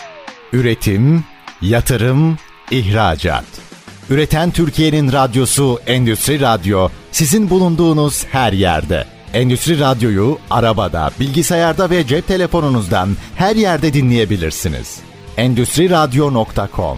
Üretim, yatırım, ihracat. Üreten Türkiye'nin radyosu Endüstri Radyo, sizin bulunduğunuz her yerde. Endüstri Radyo'yu arabada, bilgisayarda ve cep telefonunuzdan her yerde dinleyebilirsiniz. Endüstriradyo.com.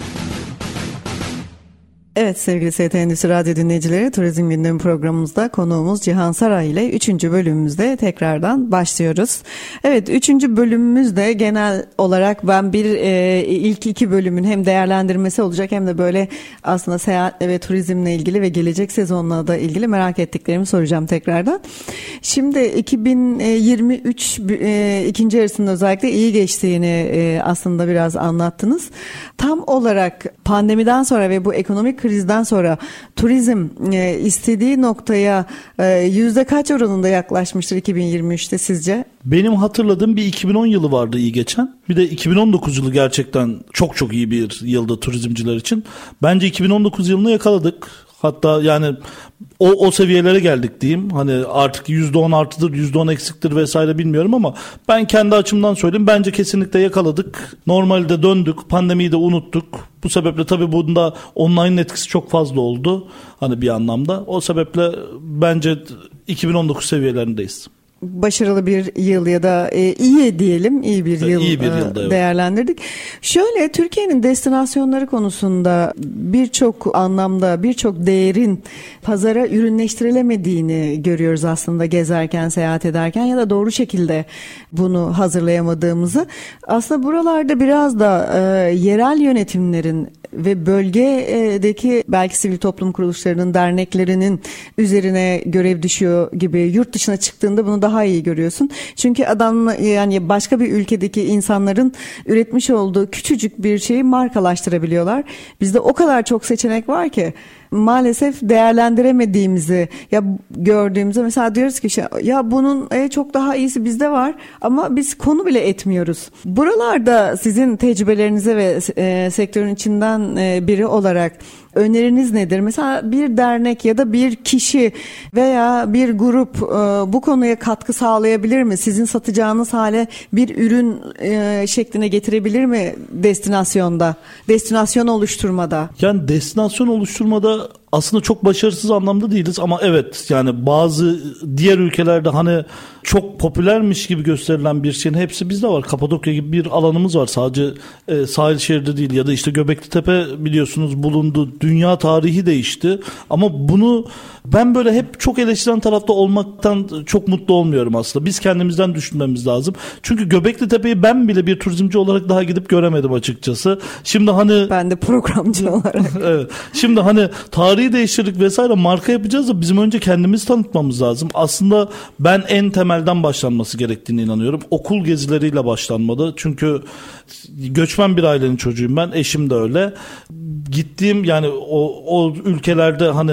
Evet sevgili ST Endüstri Radyo dinleyicileri, Turizm Gündemi programımızda konuğumuz Cihan Saray ile 3. bölümümüzde tekrardan başlıyoruz. Evet, 3. bölümümüzde genel olarak ben ilk 2 bölümün hem değerlendirmesi olacak hem de böyle aslında seyahatle ve turizmle ilgili ve gelecek sezonla da ilgili merak ettiklerimi soracağım tekrardan. Şimdi 2023 ikinci yarısında özellikle iyi geçtiğini aslında biraz anlattınız. Tam olarak pandemiden sonra ve bu ekonomik krizden sonra turizm istediği noktaya yüzde kaç oranında yaklaşmıştır 2023'te sizce? Benim hatırladığım bir 2010 yılı vardı iyi geçen. Bir de 2019 yılı gerçekten çok çok iyi bir yıldı turizmciler için. Bence 2019 yılını yakaladık. Hatta yani o seviyelere geldik diyeyim. Hani artık %10 artıdır, %10 eksiktir vesaire bilmiyorum ama ben kendi açımdan söyleyeyim. Bence kesinlikle yakaladık. Normalde döndük. Pandemiyi de unuttuk. Bu sebeple tabii bunda online'ın etkisi çok fazla oldu. Hani bir anlamda. O sebeple bence 2019 seviyelerindeyiz. Başarılı bir yıl ya da iyi diyelim, iyi bir yıl değerlendirdik. Şöyle, Türkiye'nin destinasyonları konusunda birçok anlamda birçok değerin pazara ürünleştirilemediğini görüyoruz aslında gezerken, seyahat ederken ya da doğru şekilde bunu hazırlayamadığımızı. Aslında buralarda biraz da yerel yönetimlerin ve bölgedeki belki sivil toplum kuruluşlarının, derneklerinin üzerine görev düşüyor gibi. Yurt dışına çıktığında bunu daha iyi görüyorsun. Çünkü yani başka bir ülkedeki insanların üretmiş olduğu küçücük bir şeyi markalaştırabiliyorlar. Bizde o kadar çok seçenek var ki maalesef değerlendiremediğimizi gördüğümüzde mesela diyoruz ki ya bunun çok daha iyisi bizde var ama biz konu bile etmiyoruz. Buralarda sizin tecrübelerinize ve sektörün içinden biri olarak öneriniz nedir? Mesela bir dernek ya da bir kişi veya bir grup bu konuya katkı sağlayabilir mi? Sizin satacağınız hale bir ürün şekline getirebilir mi destinasyon oluşturmada? Yani destinasyon oluşturmada aslında çok başarısız anlamda değiliz ama evet, yani bazı diğer ülkelerde hani çok popülermiş gibi gösterilen bir şeyin hepsi bizde var. Kapadokya gibi bir alanımız var, sadece sahil şeridi değil, ya da işte Göbeklitepe biliyorsunuz bulundu. Dünya tarihi değişti ama bunu ben böyle hep çok eleştiren tarafta olmaktan çok mutlu olmuyorum aslında. Biz kendimizden düşünmemiz lazım. Çünkü Göbeklitepe'yi ben bile bir turizmci olarak daha gidip göremedim açıkçası. Şimdi hani ben de programcı olarak. Evet. Şimdi hani tarihi Şarkıyı değiştirdik vesaire, marka yapacağız da bizim önce kendimizi tanıtmamız lazım. Aslında ben en temelden başlanması gerektiğine inanıyorum. Okul gezileriyle başlanmalı. Çünkü göçmen bir ailenin çocuğuyum ben. Eşim de öyle. Gittiğim yani o ülkelerde hani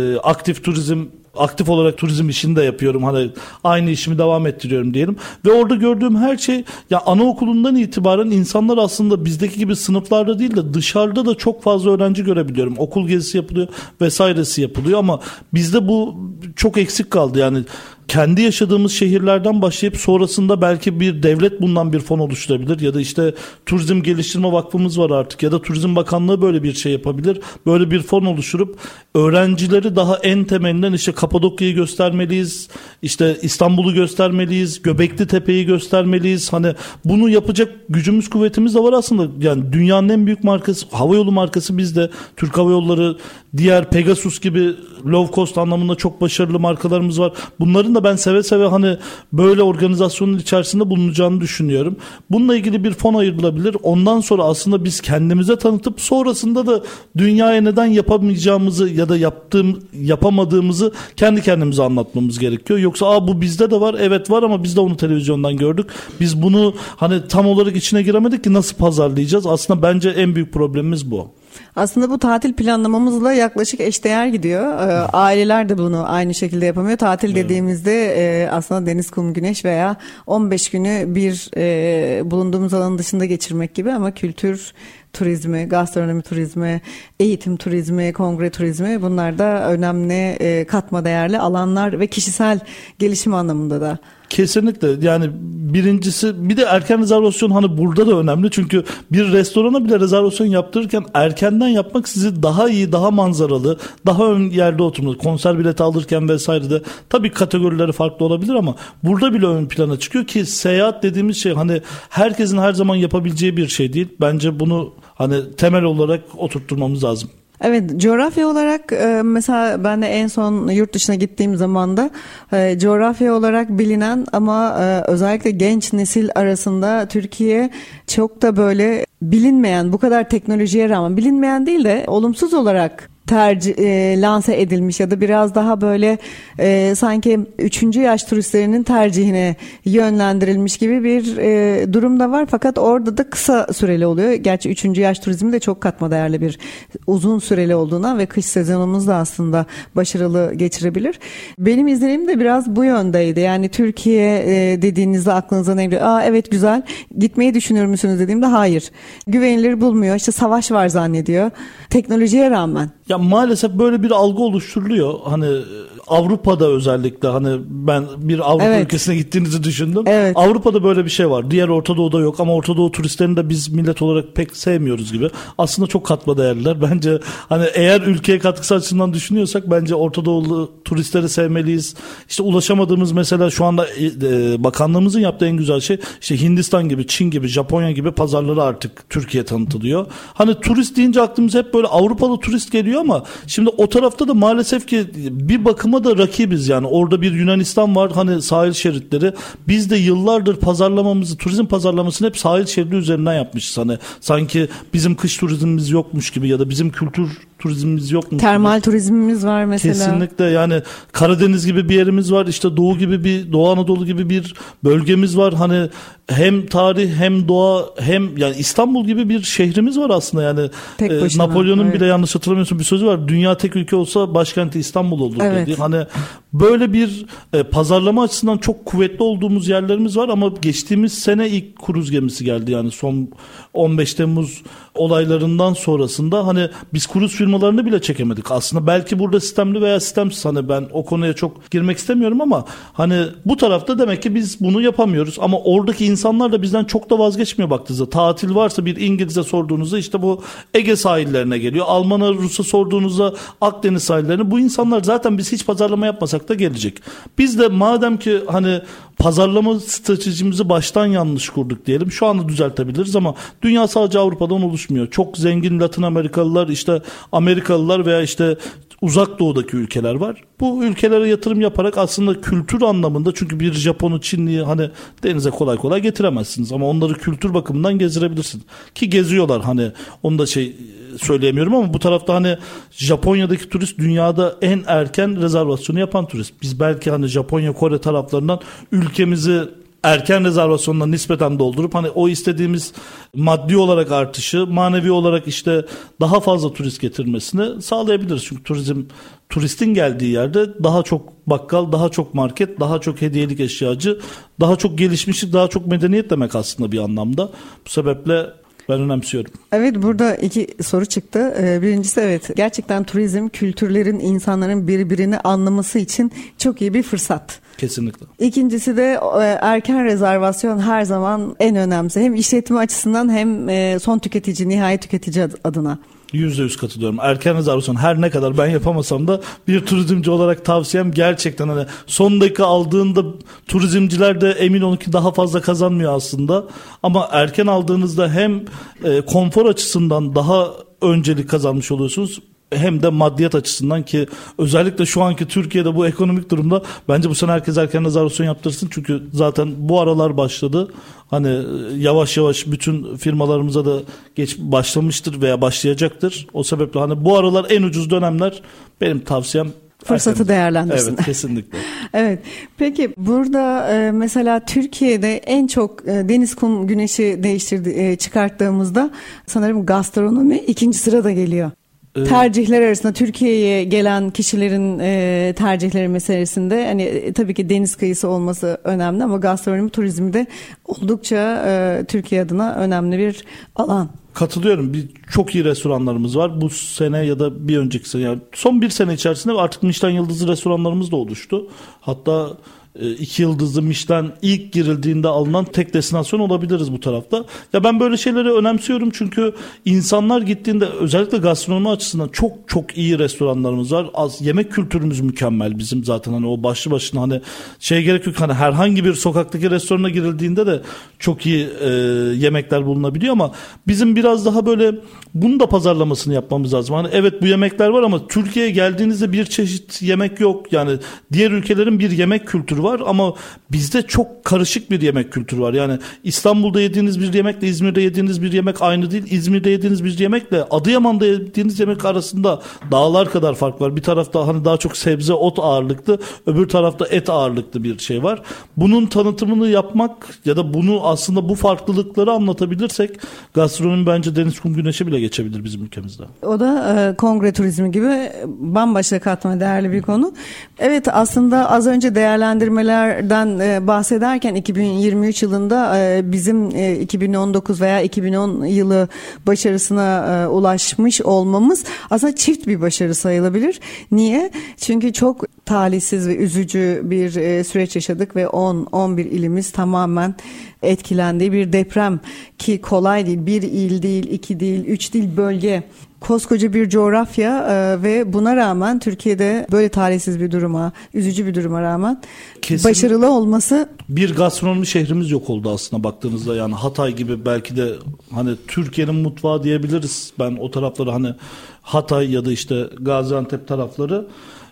aktif olarak turizm işini de yapıyorum. Hani aynı işimi devam ettiriyorum diyelim. Ve orada gördüğüm her şey, ya anaokulundan itibaren insanlar aslında bizdeki gibi sınıflarda değil de dışarıda da çok fazla öğrenci görebiliyorum. Okul gezisi yapılıyor vesairesi yapılıyor ama bizde bu çok eksik kaldı. Yani kendi yaşadığımız şehirlerden başlayıp sonrasında belki bir devlet bundan bir fon oluşturabilir ya da işte Turizm Geliştirme Vakfımız var artık ya da Turizm Bakanlığı böyle bir şey yapabilir. Böyle bir fon oluşturup öğrencileri daha en temelinden işte Kapadokya'yı göstermeliyiz, işte İstanbul'u göstermeliyiz, Göbekli Tepe'yi göstermeliyiz. Hani bunu yapacak gücümüz, kuvvetimiz de var aslında. Yani dünyanın en büyük markası, havayolu markası bizde. Türk Hava Yolları, diğer Pegasus gibi low cost anlamında çok başarılı markalarımız var. Bunların da ben seve seve hani böyle organizasyonun içerisinde bulunacağını düşünüyorum. Bununla ilgili bir fon ayrılabilir. Ondan sonra aslında biz kendimize tanıtıp sonrasında da dünyaya neden yapamayacağımızı ya da yapamadığımızı kendi kendimize anlatmamız gerekiyor. Yoksa bu bizde de var. Evet var ama biz de onu televizyondan gördük. Biz bunu hani tam olarak içine giremedik ki nasıl pazarlayacağız? Aslında bence en büyük problemimiz bu. Aslında bu tatil planlamamızla yaklaşık eşdeğer gidiyor. Aileler de bunu aynı şekilde yapamıyor. Tatil dediğimizde aslında deniz, kum, güneş veya 15 günü bir bulunduğumuz alanın dışında geçirmek gibi ama kültür turizmi, gastronomi turizmi, eğitim turizmi, kongre turizmi, bunlar da önemli katma değerli alanlar ve kişisel gelişim anlamında da. Kesinlikle, yani birincisi bir de erken rezervasyon hani burada da önemli, çünkü bir restorana bile rezervasyon yaptırırken erkenden yapmak sizi daha iyi, daha manzaralı, daha ön yerde oturmalı. Konser bileti alırken vesaire de tabii kategorileri farklı olabilir ama burada bile ön plana çıkıyor ki seyahat dediğimiz şey hani herkesin her zaman yapabileceği bir şey değil. Bence bunu hani temel olarak oturtturmamız lazım. Evet, coğrafya olarak mesela ben de en son yurt dışına gittiğim zaman da coğrafya olarak bilinen ama özellikle genç nesil arasında Türkiye çok da böyle bilinmeyen, bu kadar teknolojiye rağmen bilinmeyen değil de olumsuz olarak lanse edilmiş ya da biraz daha böyle sanki 3. yaş turistlerinin tercihine yönlendirilmiş gibi bir durum da var. Fakat orada da kısa süreli oluyor. Gerçi 3. yaş turizmi de çok katma değerli bir uzun süreli olduğuna ve kış sezonumuz da aslında başarılı geçirebilir. Benim izlenimim de biraz bu yöndeydi. Yani Türkiye dediğinizde aklınıza ne geliyor? Evet güzel. Gitmeyi düşünür müsünüz dediğimde hayır. Güvenilir bulmuyor. İşte savaş var zannediyor. Teknolojiye rağmen. Ya maalesef böyle bir algı oluşturuluyor. Hani Avrupa'da özellikle hani ben bir Avrupa ülkesine gittiğinizi düşündüm. Evet. Avrupa'da böyle bir şey var. Diğer Orta Doğu'da yok ama Orta Doğu turistlerini de biz millet olarak pek sevmiyoruz gibi. Aslında çok katma değerliler. Bence hani eğer ülkeye katkısı açısından düşünüyorsak bence Orta Doğulu turistleri sevmeliyiz. İşte ulaşamadığımız mesela şu anda bakanlığımızın yaptığı en güzel şey işte Hindistan gibi, Çin gibi, Japonya gibi pazarları artık Türkiye tanıtılıyor. Hani turist deyince aklımıza hep böyle Avrupalı turist geliyor ama şimdi o tarafta da maalesef ki bir bakıma da rakibiz yani. Orada bir Yunanistan var hani sahil şeritleri. Biz de yıllardır pazarlamamızı, turizm pazarlamasını hep sahil şeridi üzerinden yapmışız. Hani sanki bizim kış turizmimiz yokmuş gibi ya da bizim kültür turizmimiz yokmuş Termal gibi. turizmimiz var mesela. Kesinlikle, yani Karadeniz gibi bir yerimiz var. İşte Doğu gibi Doğu Anadolu gibi bir bölgemiz var. Hani hem tarih hem doğa hem yani İstanbul gibi bir şehrimiz var aslında yani. Napolyon'un bile yanlış hatırlamıyorsun bir sözü var. Dünya tek ülke olsa başkenti İstanbul olur dedi. Hani böyle bir pazarlama açısından çok kuvvetli olduğumuz yerlerimiz var ama geçtiğimiz sene ilk kruz gemisi geldi yani son 15 Temmuz olaylarından sonrasında hani biz kruz firmalarını bile çekemedik. Aslında belki burada sistemli veya sistemsiz, hani ben o konuya çok girmek istemiyorum ama hani bu tarafta demek ki biz bunu yapamıyoruz ama oradaki insanlar da bizden çok da vazgeçmiyor baktığınızda. Tatil varsa bir İngiliz'e sorduğunuzda işte bu Ege sahillerine geliyor. Alman'a, Rus'a sorduğunuzda Akdeniz sahillerine. Bu insanlar zaten biz hiç pazarlama yapmasak da gelecek. Biz de madem ki hani pazarlama stratejimizi baştan yanlış kurduk diyelim. Şu anda düzeltebiliriz ama dünya sadece Avrupa'dan oluşmuyor. Çok zengin Latin Amerikalılar, işte Amerikalılar veya işte uzak doğudaki ülkeler var. Bu ülkelere yatırım yaparak aslında kültür anlamında, çünkü bir Japon'u, Çinli'yi hani denize kolay kolay getiremezsiniz ama onları kültür bakımından gezdirebilirsiniz. Ki geziyorlar, hani onu da söyleyemiyorum ama bu tarafta hani Japonya'daki turist dünyada en erken rezervasyonu yapan turist. Biz belki hani Japonya, Kore taraflarından ülkemizi erken rezervasyonla nispeten doldurup hani o istediğimiz maddi olarak artışı, manevi olarak işte daha fazla turist getirmesini sağlayabiliriz. Çünkü turistin geldiği yerde daha çok bakkal, daha çok market, daha çok hediyelik eşyacı, daha çok gelişmişlik, daha çok medeniyet demek aslında bir anlamda. Bu sebeple ben önemsiyorum. Evet, burada 2 soru çıktı. Birincisi, evet, gerçekten turizm kültürlerin, insanların birbirini anlaması için çok iyi bir fırsat. Kesinlikle. İkincisi de erken rezervasyon her zaman en önemlisi. Hem işletme açısından hem son tüketici, nihai tüketici adına. %100 katılıyorum. Erken rezervasyon her ne kadar ben yapamasam da bir turizmci olarak tavsiyem, gerçekten hani son dakika aldığında turizmciler de emin olun ki daha fazla kazanmıyor aslında. Ama erken aldığınızda hem konfor açısından daha öncelik kazanmış oluyorsunuz, hem de maddiyat açısından, ki özellikle şu anki Türkiye'de bu ekonomik durumda bence bu sene herkes erken rezervasyon yaptırsın. Çünkü zaten bu aralar başladı. Hani yavaş yavaş bütün firmalarımıza da başlamıştır veya başlayacaktır. O sebeple hani bu aralar en ucuz dönemler, benim tavsiyem fırsatı değerlendirsin. Evet, kesinlikle. Evet. Peki burada mesela Türkiye'de en çok deniz, kum, güneşi çıkarttığımızda sanırım gastronomi 2. sırada geliyor. Tercihler arasında Türkiye'ye gelen kişilerin tercihleri meselesinde hani tabii ki deniz kıyısı olması önemli ama gastronomi turizmi de oldukça Türkiye adına önemli bir alan. Katılıyorum. Çok iyi restoranlarımız var. Bu sene ya da bir önceki sene, yani son bir sene içerisinde artık Michelin yıldızlı restoranlarımız da oluştu. Hatta 2 yıldızlı Michelin ilk girildiğinde alınan tek destinasyon olabiliriz bu tarafta. Ya ben böyle şeyleri önemsiyorum çünkü insanlar gittiğinde, özellikle gastronomi açısından çok çok iyi restoranlarımız var. Yemek kültürümüz mükemmel bizim zaten, hani o başlı başına hani gerek yok, hani herhangi bir sokaktaki restorana girildiğinde de çok iyi yemekler bulunabiliyor ama bizim biraz daha böyle bunu da pazarlamasını yapmamız lazım. Hani evet, bu yemekler var ama Türkiye'ye geldiğinizde bir çeşit yemek yok. Yani diğer ülkelerin bir yemek kültürü var ama bizde çok karışık bir yemek kültürü var. Yani İstanbul'da yediğiniz bir yemekle İzmir'de yediğiniz bir yemek aynı değil. İzmir'de yediğiniz bir yemekle Adıyaman'da yediğiniz yemek arasında dağlar kadar fark var. Bir tarafta hani daha çok sebze, ot ağırlıklı, öbür tarafta et ağırlıklı bir şey var. Bunun tanıtımını yapmak ya da bunu aslında bu farklılıkları anlatabilirsek gastronomi bence deniz, kum, güneşe bile geçebilir bizim ülkemizde. O da kongre turizmi gibi bambaşka katma değerli bir konu. Evet, aslında az önce değerlendirmelerden bahsederken 2023 yılında bizim 2019 veya 2010 yılı başarısına ulaşmış olmamız aslında çift bir başarı sayılabilir. Niye? Çünkü çok talihsiz ve üzücü bir süreç yaşadık ve 10-11 ilimiz tamamen etkilendiği bir deprem, ki kolay değil. 1 il değil, 2 değil, 3 değil, bölge. Koskoca bir coğrafya ve buna rağmen Türkiye'de böyle talihsiz bir duruma, üzücü bir duruma rağmen kesin başarılı olması. Bir gastronomi şehrimiz yok oldu aslında baktığınızda, yani Hatay gibi, belki de hani Türkiye'nin mutfağı diyebiliriz. Ben o tarafları, hani Hatay ya da işte Gaziantep tarafları,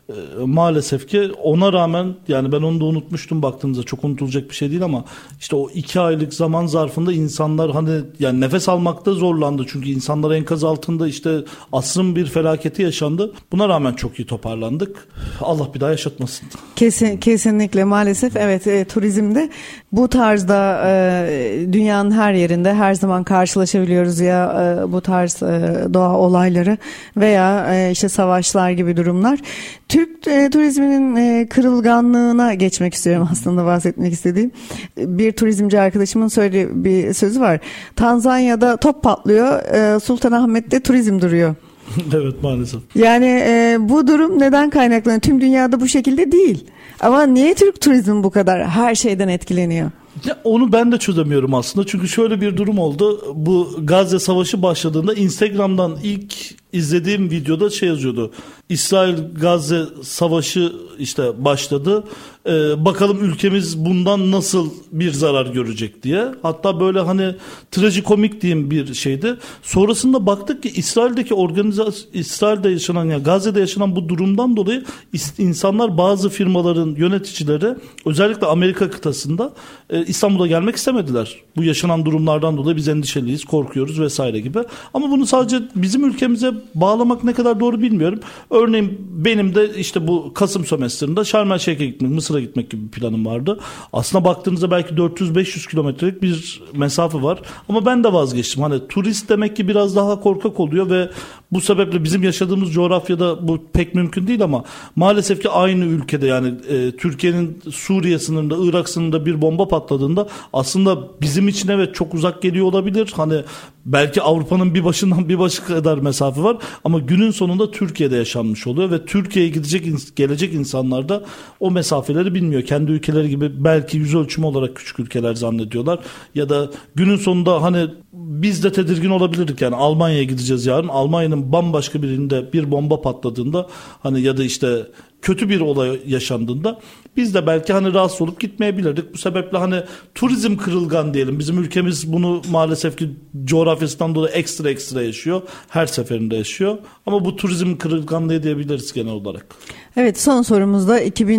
maalesef ki ona rağmen, yani ben onu da unutmuştum, baktığınızda çok unutulacak bir şey değil ama işte o 2 aylık zaman zarfında insanlar hani yani nefes almakta zorlandı. Çünkü insanlar enkaz altında, işte asrın bir felaketi yaşandı. Buna rağmen çok iyi toparlandık. Allah bir daha yaşatmasın. Kesinlikle, maalesef evet, turizmde bu tarzda dünyanın her yerinde her zaman karşılaşabiliyoruz ya bu tarz doğa olayları veya işte savaşlar gibi durumlar. Türk turizminin kırılganlığına geçmek istiyorum aslında, bahsetmek istediğim. Bir turizmci arkadaşımın söylediği bir sözü var. Tanzanya'da top patlıyor, Sultanahmet'te turizm duruyor. Evet, maalesef. Yani bu durum neden kaynaklanıyor? Tüm dünyada bu şekilde değil. Ama niye Türk turizmi bu kadar her şeyden etkileniyor? Ya onu ben de çözemiyorum aslında. Çünkü şöyle bir durum oldu. Bu Gazze Savaşı başladığında Instagram'dan ilk izlediğim videoda şey yazıyordu. İsrail-Gazze savaşı işte başladı. Bakalım ülkemiz bundan nasıl bir zarar görecek diye. Hatta böyle hani trajikomik diyeyim bir şeydi. Sonrasında baktık ki İsrail'de yaşanan, yani Gazze'de yaşanan bu durumdan dolayı insanlar, bazı firmaların yöneticileri özellikle Amerika kıtasında İstanbul'a gelmek istemediler. Bu yaşanan durumlardan dolayı biz endişeliyiz, korkuyoruz vesaire gibi. Ama bunu sadece bizim ülkemize bağlamak ne kadar doğru bilmiyorum. Örneğin benim de işte bu Kasım sömestrinde Şarm El Şeyh'e gitmek, Mısır'a gitmek gibi bir planım vardı. Aslında baktığınızda belki 400-500 kilometrelik bir mesafe var. Ama ben de vazgeçtim. Hani turist demek ki biraz daha korkak oluyor ve bu sebeple bizim yaşadığımız coğrafyada bu pek mümkün değil ama maalesef ki aynı ülkede, yani Türkiye'nin Suriye sınırında, Irak sınırında bir bomba patladığında aslında bizim için evet çok uzak geliyor olabilir. Hani belki Avrupa'nın bir başından bir başı kadar mesafe var ama günün sonunda Türkiye'de yaşanmış oluyor ve Türkiye'ye gelecek insanlar da o mesafeleri bilmiyor. Kendi ülkeleri gibi belki yüz ölçümü olarak küçük ülkeler zannediyorlar ya da günün sonunda hani biz de tedirgin olabilirdik, yani Almanya'ya gideceğiz yarın. Almanya'nın bambaşka birinde bir bomba patladığında hani ya da işte kötü bir olay yaşandığında biz de belki hani rahatsız olup gitmeyebilirdik. Bu sebeple hani turizm kırılgan diyelim. Bizim ülkemiz bunu maalesef ki coğrafyasından dolayı ekstra yaşıyor. Her seferinde yaşıyor. Ama bu turizm kırılganlığı diyebiliriz genel olarak. Evet, son sorumuzda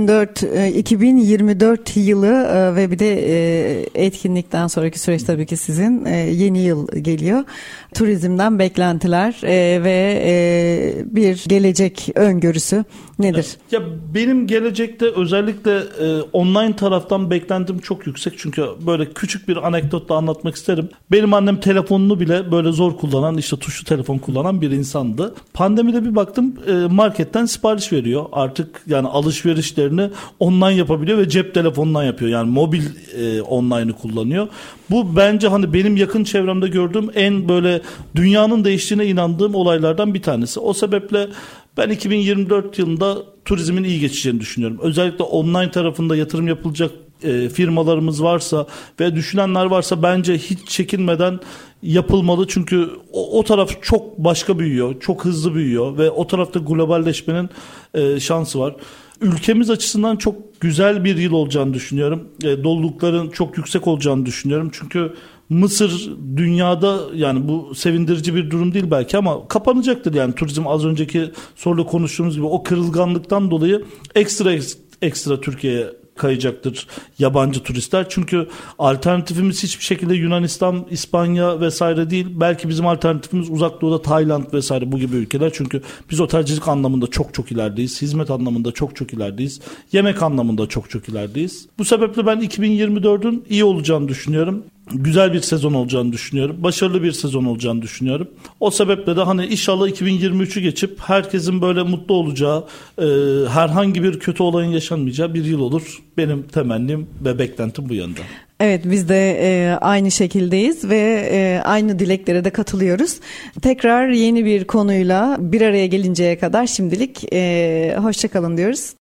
2024 yılı ve bir de etkinlikten sonraki süreç tabii ki sizin yeni yıl geliyor. Turizmden beklentiler ve bir gelecek öngörüsü nedir? Ya benim gelecekte özellikle online taraftan beklentim çok yüksek. Çünkü böyle küçük bir anekdotla anlatmak isterim. Benim annem telefonunu bile böyle zor kullanan, işte tuşlu telefon kullanan bir insandı. Pandemide bir baktım marketten sipariş veriyor. Artık yani alışverişlerini online yapabiliyor ve cep telefonundan yapıyor. Yani mobil online'ı kullanıyor. Bu bence hani benim yakın çevremde gördüğüm en böyle dünyanın değiştiğine inandığım olaylardan bir tanesi. O sebeple ben 2024 yılında turizmin iyi geçeceğini düşünüyorum. Özellikle online tarafında yatırım yapılacak firmalarımız varsa ve düşünenler varsa bence hiç çekinmeden yapılmalı. Çünkü o taraf çok başka büyüyor, çok hızlı büyüyor ve o tarafta globalleşmenin şansı var. Ülkemiz açısından çok güzel bir yıl olacağını düşünüyorum. Dolulukların çok yüksek olacağını düşünüyorum. Çünkü Mısır dünyada, yani bu sevindirici bir durum değil belki ama kapanacaktır. Yani turizm az önceki soruda konuştuğumuz gibi o kırılganlıktan dolayı ekstra Türkiye'ye kayacaktır yabancı turistler. Çünkü alternatifimiz hiçbir şekilde Yunanistan, İspanya vesaire değil. Belki bizim alternatifimiz Uzak Doğu'da Tayland vesaire bu gibi ülkeler. Çünkü biz otelcilik anlamında çok ilerideyiz. Hizmet anlamında çok ilerideyiz. Yemek anlamında çok ilerideyiz. Bu sebeple ben 2024'ün iyi olacağını düşünüyorum. Güzel bir sezon olacağını düşünüyorum. Başarılı bir sezon olacağını düşünüyorum. O sebeple de hani inşallah 2023'ü geçip herkesin böyle mutlu olacağı, herhangi bir kötü olayın yaşanmayacağı bir yıl olur. Benim temennim ve beklentim bu yönde. Evet, biz de aynı şekildeyiz ve aynı dileklere de katılıyoruz. Tekrar yeni bir konuyla bir araya gelinceye kadar şimdilik hoşça kalın diyoruz.